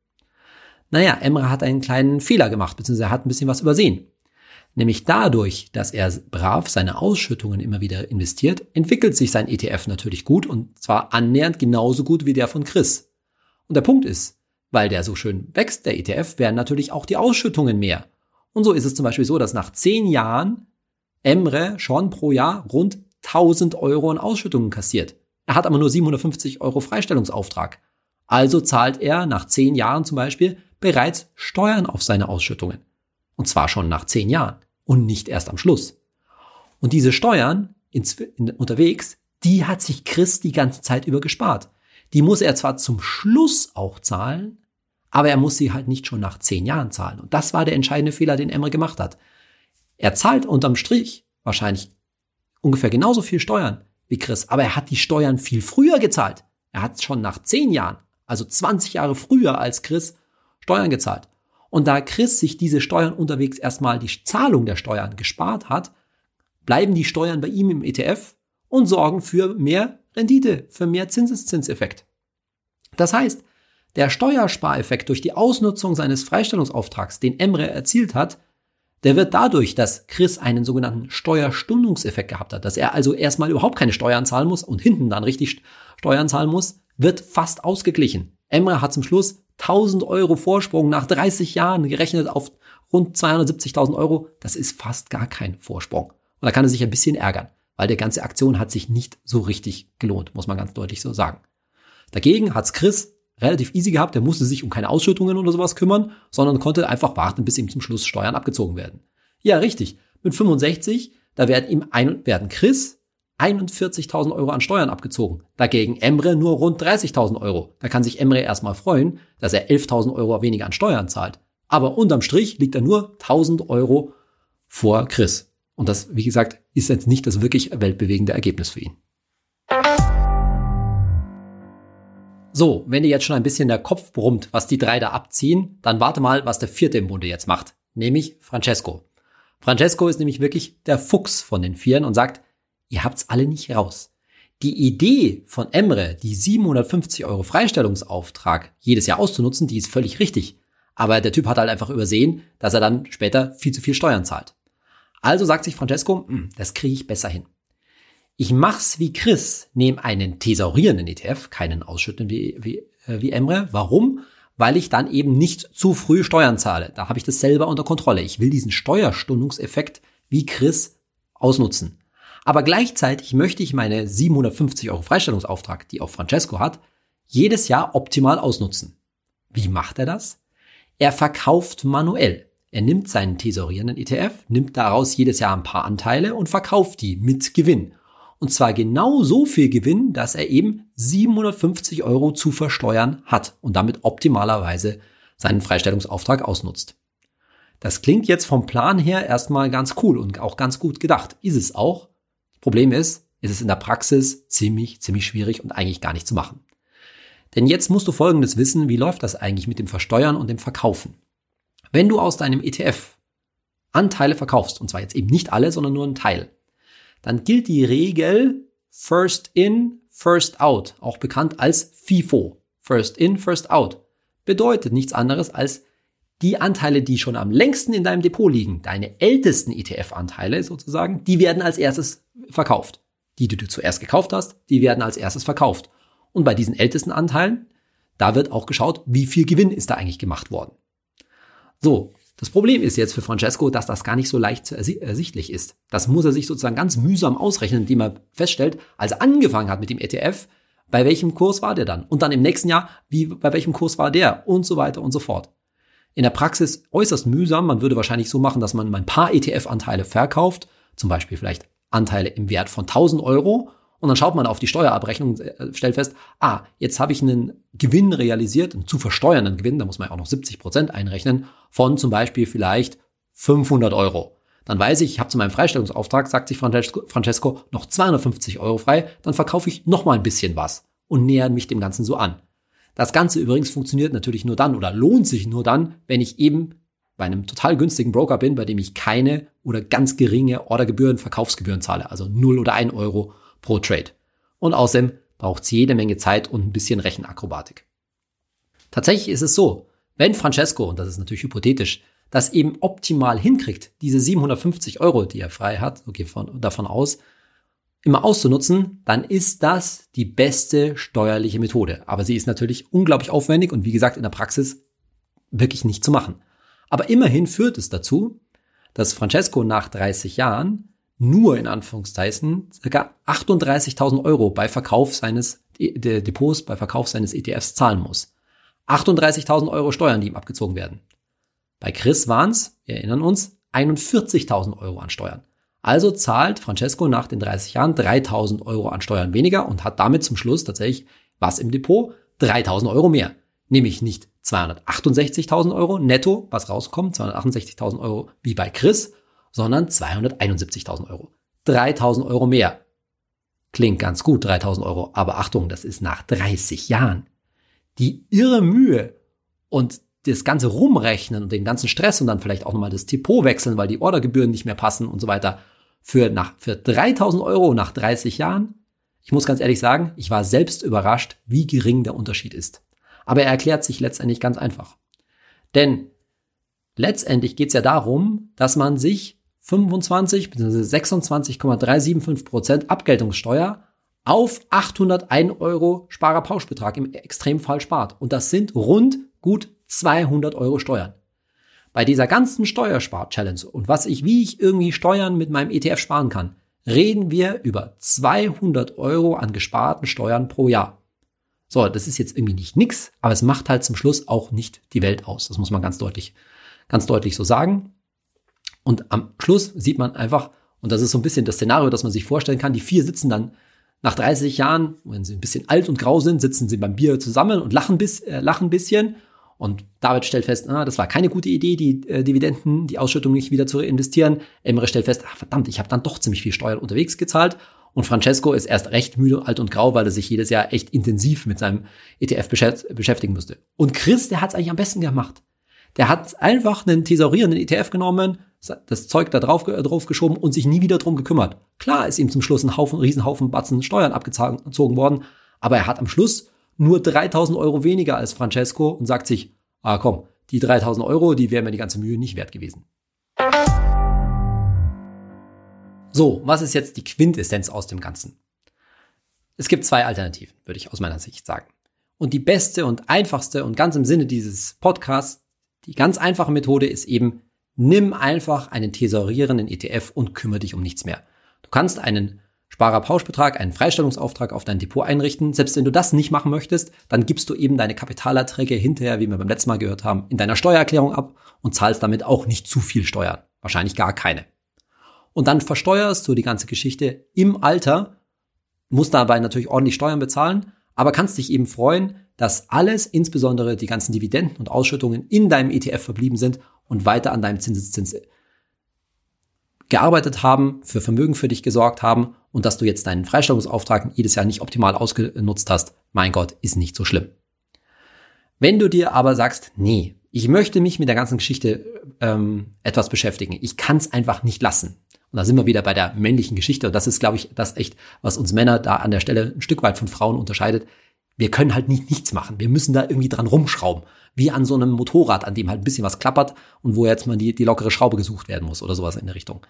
Naja, Emre hat einen kleinen Fehler gemacht, beziehungsweise er hat ein bisschen was übersehen. Nämlich dadurch, dass er brav seine Ausschüttungen immer wieder investiert, entwickelt sich sein E T F natürlich gut und zwar annähernd genauso gut wie der von Chris. Und der Punkt ist, weil der so schön wächst, der E T F, werden natürlich auch die Ausschüttungen mehr. Und so ist es zum Beispiel so, dass nach zehn Jahren Emre schon pro Jahr rund tausend Euro an Ausschüttungen kassiert. Er hat aber nur siebenhundertfünfzig Euro Freistellungsauftrag. Also zahlt er nach zehn Jahren zum Beispiel bereits Steuern auf seine Ausschüttungen. Und zwar schon nach zehn Jahren und nicht erst am Schluss. Und diese Steuern in, in, unterwegs, die hat sich Chris die ganze Zeit über gespart. Die muss er zwar zum Schluss auch zahlen, aber er muss sie halt nicht schon nach zehn Jahren zahlen. Und das war der entscheidende Fehler, den Emre gemacht hat. Er zahlt unterm Strich wahrscheinlich ungefähr genauso viel Steuern wie Chris, aber er hat die Steuern viel früher gezahlt. Er hat schon nach zehn Jahren, also zwanzig Jahre früher als Chris, Steuern gezahlt. Und da Chris sich diese Steuern unterwegs erstmal die Zahlung der Steuern gespart hat, bleiben die Steuern bei ihm im E T F und sorgen für mehr Rendite, für mehr Zinseszinseffekt. Das heißt, der Steuerspareffekt durch die Ausnutzung seines Freistellungsauftrags, den Emre erzielt hat, der wird dadurch, dass Chris einen sogenannten Steuerstundungseffekt gehabt hat, dass er also erstmal überhaupt keine Steuern zahlen muss und hinten dann richtig Steuern zahlen muss, wird fast ausgeglichen. Emre hat zum Schluss tausend Euro Vorsprung nach dreißig Jahren gerechnet auf rund zweihundertsiebzigtausend Euro. Das ist fast gar kein Vorsprung. Und da kann er sich ein bisschen ärgern, weil die ganze Aktion hat sich nicht so richtig gelohnt, muss man ganz deutlich so sagen. Dagegen hat's Chris relativ easy gehabt, der musste sich um keine Ausschüttungen oder sowas kümmern, sondern konnte einfach warten, bis ihm zum Schluss Steuern abgezogen werden. Ja, richtig. Mit fünfundsechzig, da werden ihm ein, werden Chris einundvierzigtausend Euro an Steuern abgezogen. Dagegen Emre nur rund dreißigtausend Euro. Da kann sich Emre erstmal freuen, dass er elftausend Euro weniger an Steuern zahlt. Aber unterm Strich liegt er nur tausend Euro vor Chris. Und das, wie gesagt, ist jetzt nicht das wirklich weltbewegende Ergebnis für ihn. So, wenn dir jetzt schon ein bisschen der Kopf brummt, was die drei da abziehen, dann warte mal, was der vierte im Bunde jetzt macht. Nämlich Francesco. Francesco ist nämlich wirklich der Fuchs von den Vieren und sagt, ihr habt's alle nicht raus. Die Idee von Emre, die siebenhundertfünfzig Euro Freistellungsauftrag jedes Jahr auszunutzen, die ist völlig richtig. Aber der Typ hat halt einfach übersehen, dass er dann später viel zu viel Steuern zahlt. Also sagt sich Francesco, das kriege ich besser hin. Ich mach's wie Chris, nehme einen thesaurierenden E T F, keinen ausschüttenden wie, wie, äh, wie Emre. Warum? Weil ich dann eben nicht zu früh Steuern zahle. Da habe ich das selber unter Kontrolle. Ich will diesen Steuerstundungseffekt wie Chris ausnutzen. Aber gleichzeitig möchte ich meine siebenhundertfünfzig Euro Freistellungsauftrag, die auch Francesco hat, jedes Jahr optimal ausnutzen. Wie macht er das? Er verkauft manuell. Er nimmt seinen thesaurierenden E T F, nimmt daraus jedes Jahr ein paar Anteile und verkauft die mit Gewinn. Und zwar genau so viel Gewinn, dass er eben siebenhundertfünfzig Euro zu versteuern hat und damit optimalerweise seinen Freistellungsauftrag ausnutzt. Das klingt jetzt vom Plan her erstmal ganz cool und auch ganz gut gedacht. Ist es auch. Problem ist, ist es in der Praxis ziemlich, ziemlich schwierig und eigentlich gar nicht zu machen. Denn jetzt musst du Folgendes wissen, wie läuft das eigentlich mit dem Versteuern und dem Verkaufen? Wenn du aus deinem E T F Anteile verkaufst, und zwar jetzt eben nicht alle, sondern nur einen Teil, dann gilt die Regel First in, First out, auch bekannt als FIFO. First in, First out. Bedeutet nichts anderes als die Anteile, die schon am längsten in deinem Depot liegen, deine ältesten E T F-Anteile sozusagen, die werden als erstes verkauft. Die, die du zuerst gekauft hast, die werden als erstes verkauft. Und bei diesen ältesten Anteilen, da wird auch geschaut, wie viel Gewinn ist da eigentlich gemacht worden. So, das Problem ist jetzt für Francesco, dass das gar nicht so leicht ersichtlich ist. Das muss er sich sozusagen ganz mühsam ausrechnen, indem er feststellt, als er angefangen hat mit dem E T F, bei welchem Kurs war der dann? Und dann im nächsten Jahr, wie, bei welchem Kurs war der? Und so weiter und so fort. In der Praxis äußerst mühsam. Man würde wahrscheinlich so machen, dass man ein paar E T F-Anteile verkauft, zum Beispiel vielleicht Anteile im Wert von tausend Euro. Und dann schaut man auf die Steuerabrechnung und stellt fest, ah, jetzt habe ich einen Gewinn realisiert, einen zu versteuernden Gewinn, da muss man ja auch noch siebzig Prozent einrechnen, von zum Beispiel vielleicht fünfhundert Euro. Dann weiß ich, ich habe zu meinem Freistellungsauftrag, sagt sich Francesco, Francesco noch zweihundertfünfzig Euro frei, dann verkaufe ich noch mal ein bisschen was und nähere mich dem Ganzen so an. Das Ganze übrigens funktioniert natürlich nur dann oder lohnt sich nur dann, wenn ich eben bei einem total günstigen Broker bin, bei dem ich keine oder ganz geringe Ordergebühren, Verkaufsgebühren zahle, also null oder ein Euro pro Trade. Und außerdem braucht es jede Menge Zeit und ein bisschen Rechenakrobatik. Tatsächlich ist es so, wenn Francesco, und das ist natürlich hypothetisch, das eben optimal hinkriegt, diese siebenhundertfünfzig Euro, die er frei hat, okay, von, davon aus, immer auszunutzen, dann ist das die beste steuerliche Methode. Aber sie ist natürlich unglaublich aufwendig und wie gesagt in der Praxis wirklich nicht zu machen. Aber immerhin führt es dazu, dass Francesco nach dreißig Jahren nur in Anführungszeichen ca. achtunddreißigtausend Euro bei Verkauf seines De- Depots, bei Verkauf seines E T Fs zahlen muss. achtunddreißigtausend Euro Steuern, die ihm abgezogen werden. Bei Chris waren es, wir erinnern uns, einundvierzigtausend Euro an Steuern. Also zahlt Francesco nach den dreißig Jahren dreitausend Euro an Steuern weniger und hat damit zum Schluss tatsächlich was im Depot? dreitausend Euro mehr. Nämlich nicht zweihundertachtundsechzigtausend Euro netto, was rauskommt, zweihundertachtundsechzigtausend Euro wie bei Chris, sondern zweihunderteinundsiebzigtausend Euro. dreitausend Euro mehr. Klingt ganz gut, dreitausend Euro, aber Achtung, das ist nach dreißig Jahren. Die irre Mühe und das ganze Rumrechnen und den ganzen Stress und dann vielleicht auch nochmal das Depot wechseln, weil die Ordergebühren nicht mehr passen und so weiter, für, nach, für dreitausend Euro nach dreißig Jahren, ich muss ganz ehrlich sagen, ich war selbst überrascht, wie gering der Unterschied ist. Aber er erklärt sich letztendlich ganz einfach. Denn letztendlich geht es ja darum, dass man sich fünfundzwanzig bzw. sechsundzwanzig Komma dreihundertfünfundsiebzig Prozent Abgeltungssteuer auf achthundertein Euro Sparerpauschbetrag im Extremfall spart. Und das sind rund gut zweihundert Euro Steuern. Bei dieser ganzen Steuerspar-Challenge und was ich, wie ich irgendwie Steuern mit meinem E T F sparen kann, reden wir über zweihundert Euro an gesparten Steuern pro Jahr. So, das ist jetzt irgendwie nicht nix, aber es macht halt zum Schluss auch nicht die Welt aus. Das muss man ganz deutlich, ganz deutlich so sagen. Und am Schluss sieht man einfach, und das ist so ein bisschen das Szenario, das man sich vorstellen kann, die vier sitzen dann nach dreißig Jahren, wenn sie ein bisschen alt und grau sind, sitzen sie beim Bier zusammen und lachen bis, äh, lachen ein bisschen. Und David stellt fest, ah, das war keine gute Idee, die äh, Dividenden, die Ausschüttung nicht wieder zu investieren. Emre stellt fest, ach verdammt, ich habe dann doch ziemlich viel Steuern unterwegs gezahlt. Und Francesco ist erst recht müde, alt und grau, weil er sich jedes Jahr echt intensiv mit seinem E T F beschäftigen musste. Und Chris, der hat es eigentlich am besten gemacht. Der hat einfach einen thesaurierenden E T F genommen, das Zeug da drauf, drauf geschoben und sich nie wieder drum gekümmert. Klar ist ihm zum Schluss ein Haufen, Riesenhaufen Batzen Steuern abgezogen worden, aber er hat am Schluss nur dreitausend Euro weniger als Francesco und sagt sich, ah komm, die dreitausend Euro, die wären mir die ganze Mühe nicht wert gewesen. So, was ist jetzt die Quintessenz aus dem Ganzen? Es gibt zwei Alternativen, würde ich aus meiner Sicht sagen. Und die beste und einfachste und ganz im Sinne dieses Podcasts, die ganz einfache Methode ist eben, nimm einfach einen thesaurierenden E T F und kümmere dich um nichts mehr. Du kannst einen Sparerpauschbetrag, einen Freistellungsauftrag auf dein Depot einrichten. Selbst wenn du das nicht machen möchtest, dann gibst du eben deine Kapitalerträge hinterher, wie wir beim letzten Mal gehört haben, in deiner Steuererklärung ab und zahlst damit auch nicht zu viel Steuern. Wahrscheinlich gar keine. Und dann versteuerst du die ganze Geschichte im Alter, musst dabei natürlich ordentlich Steuern bezahlen, aber kannst dich eben freuen, dass alles, insbesondere die ganzen Dividenden und Ausschüttungen in deinem E T F verblieben sind und weiter an deinem Zinseszins gearbeitet haben, für Vermögen für dich gesorgt haben und dass du jetzt deinen Freistellungsauftrag jedes Jahr nicht optimal ausgenutzt hast, mein Gott, ist nicht so schlimm. Wenn du dir aber sagst, nee, ich möchte mich mit der ganzen Geschichte ähm, etwas beschäftigen, ich kann es einfach nicht lassen. Und da sind wir wieder bei der männlichen Geschichte und das ist, glaube ich, das echt, was uns Männer da an der Stelle ein Stück weit von Frauen unterscheidet. Wir können halt nicht nichts machen. Wir müssen da irgendwie dran rumschrauben. Wie an so einem Motorrad, an dem halt ein bisschen was klappert und wo jetzt mal die, die lockere Schraube gesucht werden muss oder sowas in der Richtung.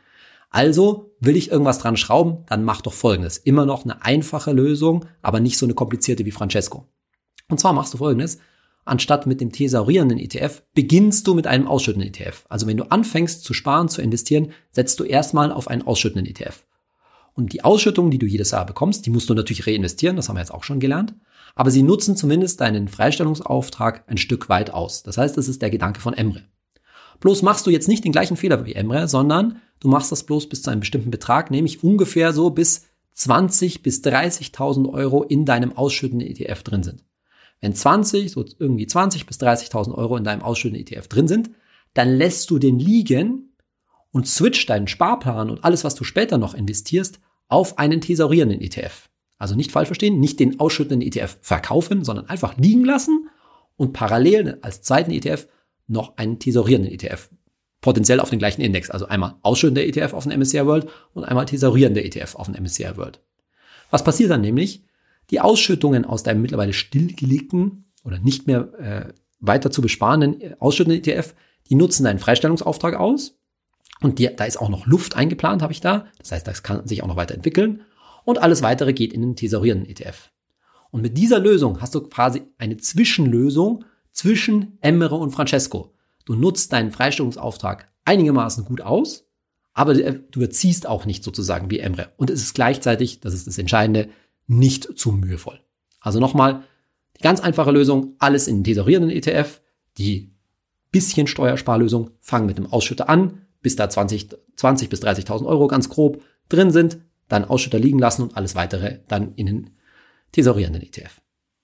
Also will ich irgendwas dran schrauben, dann mach doch Folgendes. Immer noch eine einfache Lösung, aber nicht so eine komplizierte wie Francesco. Und zwar machst du Folgendes. Anstatt mit dem thesaurierenden E T F beginnst du mit einem ausschüttenden E T F. Also wenn du anfängst zu sparen, zu investieren, setzt du erstmal auf einen ausschüttenden E T F. Und die Ausschüttungen, die du jedes Jahr bekommst, die musst du natürlich reinvestieren, das haben wir jetzt auch schon gelernt. Aber sie nutzen zumindest deinen Freistellungsauftrag ein Stück weit aus. Das heißt, das ist der Gedanke von Emre. Bloß machst du jetzt nicht den gleichen Fehler wie Emre, sondern du machst das bloß bis zu einem bestimmten Betrag, nämlich ungefähr so bis zwanzig bis dreißigtausend Euro in deinem ausschüttenden E T F drin sind. Wenn zwanzig, so irgendwie zwanzig bis dreißigtausend Euro in deinem ausschüttenden E T F drin sind, dann lässt du den liegen und switch deinen Sparplan und alles, was du später noch investierst, auf einen thesaurierenden E T F. Also nicht falsch verstehen, nicht den ausschüttenden E T F verkaufen, sondern einfach liegen lassen und parallel als zweiten E T F noch einen thesaurierenden E T F. Potenziell auf den gleichen Index. Also einmal ausschüttender E T F auf den M S C I World und einmal thesaurierender E T F auf den M S C I World. Was passiert dann nämlich? Die Ausschüttungen aus deinem mittlerweile stillgelegten oder nicht mehr äh, weiter zu besparenden äh, ausschüttenden E T F, die nutzen deinen Freistellungsauftrag aus und die, da ist auch noch Luft eingeplant, habe ich da. Das heißt, das kann sich auch noch weiterentwickeln und alles weitere geht in den thesaurierenden E T F. Und mit dieser Lösung hast du quasi eine Zwischenlösung zwischen Emre und Francesco. Du nutzt deinen Freistellungsauftrag einigermaßen gut aus, aber du überziehst auch nicht sozusagen wie Emre. Und es ist gleichzeitig, das ist das Entscheidende, nicht zu mühevoll. Also nochmal, die ganz einfache Lösung, alles in den tesaurierenden E T F, die bisschen Steuersparlösung, fang mit dem Ausschütter an, bis da zwanzig, zwanzig bis dreißigtausend Euro ganz grob drin sind, dann Ausschütter liegen lassen und alles weitere dann in den tesaurierenden E T F.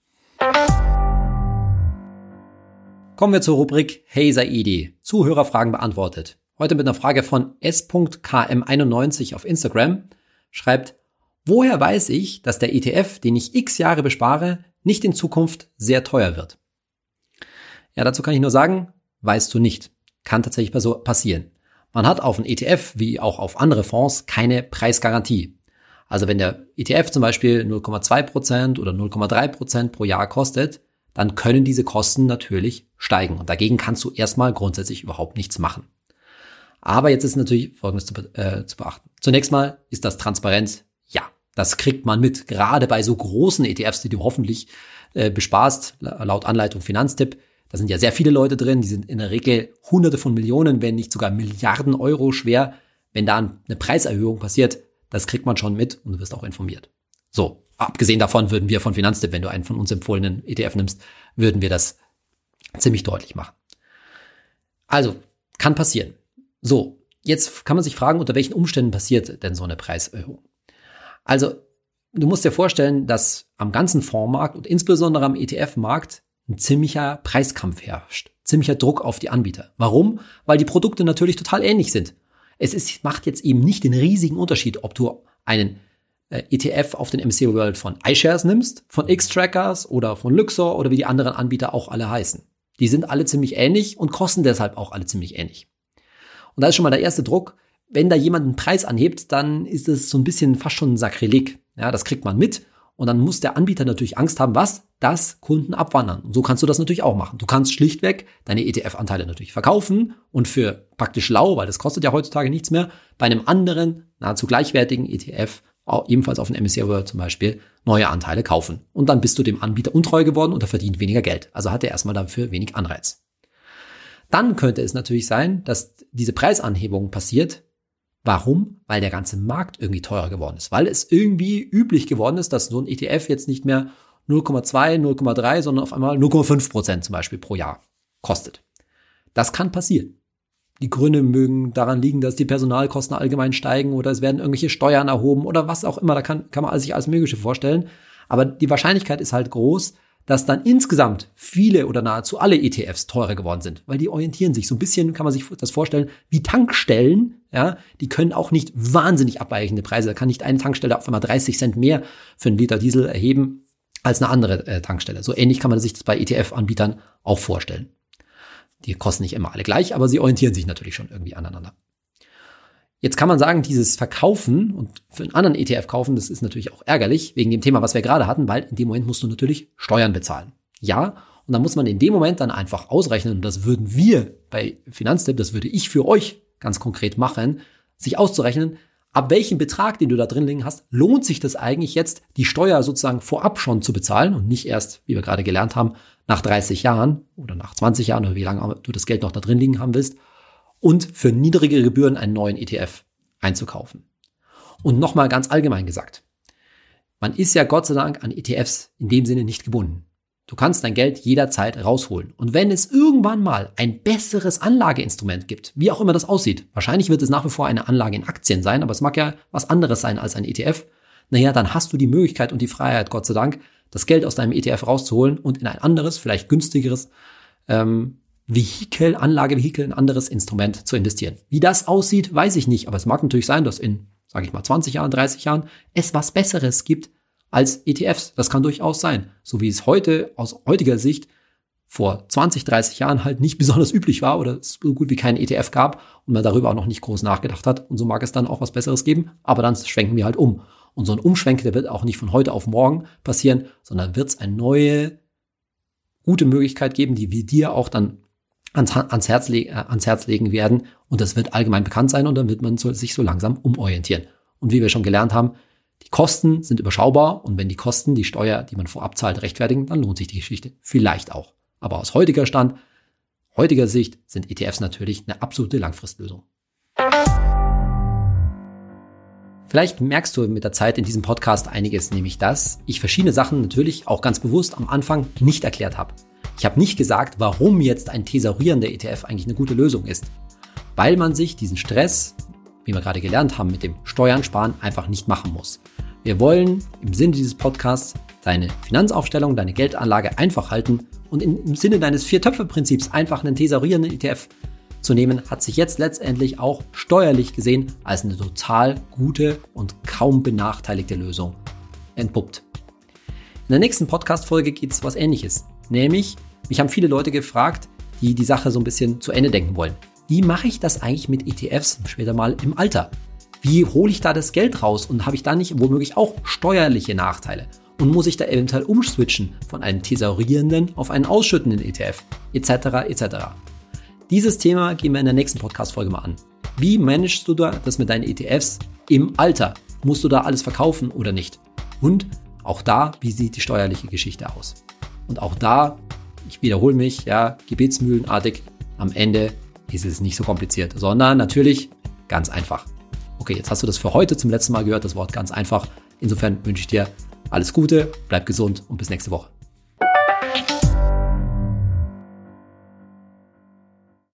Kommen wir zur Rubrik Hey Saidi, Zuhörerfragen beantwortet. Heute mit einer Frage von S K M einundneunzig auf Instagram, schreibt: Woher weiß ich, dass der E T F, den ich x Jahre bespare, nicht in Zukunft sehr teuer wird? Ja, dazu kann ich nur sagen, weißt du nicht. Kann tatsächlich passieren. Man hat auf einen E T F, wie auch auf andere Fonds, keine Preisgarantie. Also wenn der E T F zum Beispiel null Komma zwei Prozent oder null Komma drei Prozent pro Jahr kostet, dann können diese Kosten natürlich steigen. Und dagegen kannst du erstmal grundsätzlich überhaupt nichts machen. Aber jetzt ist natürlich Folgendes zu, be- äh, zu beachten. Zunächst mal ist das transparent. Ja, das kriegt man mit. Gerade bei so großen E T Fs, die du hoffentlich äh, besparst, laut Anleitung Finanztipp. Da sind ja sehr viele Leute drin. Die sind in der Regel Hunderte von Millionen, wenn nicht sogar Milliarden Euro schwer. Wenn da eine Preiserhöhung passiert, das kriegt man schon mit und du wirst auch informiert. So, abgesehen davon würden wir von Finanztipp, wenn du einen von uns empfohlenen E T F nimmst, würden wir das ziemlich deutlich machen. Also, kann passieren. So, jetzt kann man sich fragen, unter welchen Umständen passiert denn so eine Preiserhöhung? Also, du musst dir vorstellen, dass am ganzen Fondsmarkt und insbesondere am E T F-Markt ein ziemlicher Preiskampf herrscht. Ziemlicher Druck auf die Anbieter. Warum? Weil die Produkte natürlich total ähnlich sind. Es ist, macht jetzt eben nicht den riesigen Unterschied, ob du einen äh, E T F auf den M S C I World von iShares nimmst, von Xtrackers oder von Luxor oder wie die anderen Anbieter auch alle heißen. Die sind alle ziemlich ähnlich und kosten deshalb auch alle ziemlich ähnlich. Und da ist schon mal der erste Druck. Wenn da jemand einen Preis anhebt, dann ist es so ein bisschen fast schon ein Sakrileg. Ja, das kriegt man mit. Und dann muss der Anbieter natürlich Angst haben, was? Dass Kunden abwandern. Und so kannst du das natürlich auch machen. Du kannst schlichtweg deine E T F-Anteile natürlich verkaufen und für praktisch lau, weil das kostet ja heutzutage nichts mehr, bei einem anderen, nahezu gleichwertigen E T F, auch ebenfalls auf dem M S C I World zum Beispiel, neue Anteile kaufen. Und dann bist du dem Anbieter untreu geworden und er verdient weniger Geld. Also hat er erstmal dafür wenig Anreiz. Dann könnte es natürlich sein, dass diese Preisanhebung passiert. Warum? Weil der ganze Markt irgendwie teurer geworden ist. Weil es irgendwie üblich geworden ist, dass so ein E T F jetzt nicht mehr null Komma zwei, null Komma drei, sondern auf einmal null Komma fünf Prozent zum Beispiel pro Jahr kostet. Das kann passieren. Die Gründe mögen daran liegen, dass die Personalkosten allgemein steigen oder es werden irgendwelche Steuern erhoben oder was auch immer. Da kann, kann man sich alles Mögliche vorstellen. Aber die Wahrscheinlichkeit ist halt groß, dass dann insgesamt viele oder nahezu alle E T Fs teurer geworden sind, weil die orientieren sich so ein bisschen, kann man sich das vorstellen, wie Tankstellen, ja, die können auch nicht wahnsinnig abweichende Preise, da kann nicht eine Tankstelle auf einmal dreißig Cent mehr für einen Liter Diesel erheben als eine andere äh, Tankstelle. So ähnlich kann man sich das bei E T F-Anbietern auch vorstellen. Die kosten nicht immer alle gleich, aber sie orientieren sich natürlich schon irgendwie aneinander. Jetzt kann man sagen, dieses Verkaufen und für einen anderen E T F kaufen, das ist natürlich auch ärgerlich, wegen dem Thema, was wir gerade hatten, weil in dem Moment musst du natürlich Steuern bezahlen. Ja, und dann muss man in dem Moment dann einfach ausrechnen, und das würden wir bei Finanztipp, das würde ich für euch ganz konkret machen, sich auszurechnen, ab welchem Betrag, den du da drin liegen hast, lohnt sich das eigentlich jetzt, die Steuer sozusagen vorab schon zu bezahlen und nicht erst, wie wir gerade gelernt haben, nach dreißig Jahren oder nach zwanzig Jahren oder wie lange du das Geld noch da drin liegen haben willst, und für niedrigere Gebühren einen neuen E T F einzukaufen. Und nochmal ganz allgemein gesagt, man ist ja Gott sei Dank an E T Fs in dem Sinne nicht gebunden. Du kannst dein Geld jederzeit rausholen. Und wenn es irgendwann mal ein besseres Anlageinstrument gibt, wie auch immer das aussieht, wahrscheinlich wird es nach wie vor eine Anlage in Aktien sein, aber es mag ja was anderes sein als ein E T F, naja, dann hast du die Möglichkeit und die Freiheit, Gott sei Dank, das Geld aus deinem E T F rauszuholen und in ein anderes, vielleicht günstigeres ähm, Vehikel, Anlagevehikel, ein anderes Instrument zu investieren. Wie das aussieht, weiß ich nicht, aber es mag natürlich sein, dass in, sage ich mal, zwanzig Jahren, dreißig Jahren es was Besseres gibt als E T Fs. Das kann durchaus sein. So wie es heute aus heutiger Sicht vor zwanzig, dreißig Jahren halt nicht besonders üblich war oder es so gut wie keinen E T F gab und man darüber auch noch nicht groß nachgedacht hat. Und so mag es dann auch was Besseres geben, aber dann schwenken wir halt um. Und so ein Umschwenk, der wird auch nicht von heute auf morgen passieren, sondern wird es eine neue, gute Möglichkeit geben, die wir dir auch dann ans, ans, Herz, äh, ans Herz legen werden. Und das wird allgemein bekannt sein und dann wird man so, sich so langsam umorientieren. Und wie wir schon gelernt haben, die Kosten sind überschaubar und wenn die Kosten die Steuer, die man vorab zahlt, rechtfertigen, dann lohnt sich die Geschichte vielleicht auch. Aber aus heutiger Stand, heutiger Sicht sind E T Fs natürlich eine absolute Langfristlösung. Vielleicht merkst du mit der Zeit in diesem Podcast einiges, nämlich dass ich verschiedene Sachen natürlich auch ganz bewusst am Anfang nicht erklärt habe. Ich habe nicht gesagt, warum jetzt ein thesaurierender E T F eigentlich eine gute Lösung ist. Weil man sich diesen Stress, wie wir gerade gelernt haben, mit dem Steuern sparen einfach nicht machen muss. Wir wollen im Sinne dieses Podcasts deine Finanzaufstellung, deine Geldanlage einfach halten und im Sinne deines Vier-Töpfe-Prinzips einfach einen thesaurierenden E T F zu nehmen, hat sich jetzt letztendlich auch steuerlich gesehen als eine total gute und kaum benachteiligte Lösung entpuppt. In der nächsten Podcast-Folge geht es was Ähnliches. Nämlich, mich haben viele Leute gefragt, die die Sache so ein bisschen zu Ende denken wollen. Wie mache ich das eigentlich mit E T Fs später mal im Alter? Wie hole ich da das Geld raus und habe ich da nicht womöglich auch steuerliche Nachteile? Und muss ich da eventuell umswitchen von einem thesaurierenden auf einen ausschüttenden E T F? Etc. et cetera. Dieses Thema gehen wir in der nächsten Podcast-Folge mal an. Wie managst du da das mit deinen E T Fs im Alter? Musst du da alles verkaufen oder nicht? Und auch da, wie sieht die steuerliche Geschichte aus? Und auch da, ich wiederhole mich, ja, gebetsmühlenartig, am Ende ist es nicht so kompliziert, sondern natürlich ganz einfach. Okay, jetzt hast du das für heute zum letzten Mal gehört, das Wort ganz einfach. Insofern wünsche ich dir alles Gute, bleib gesund und bis nächste Woche.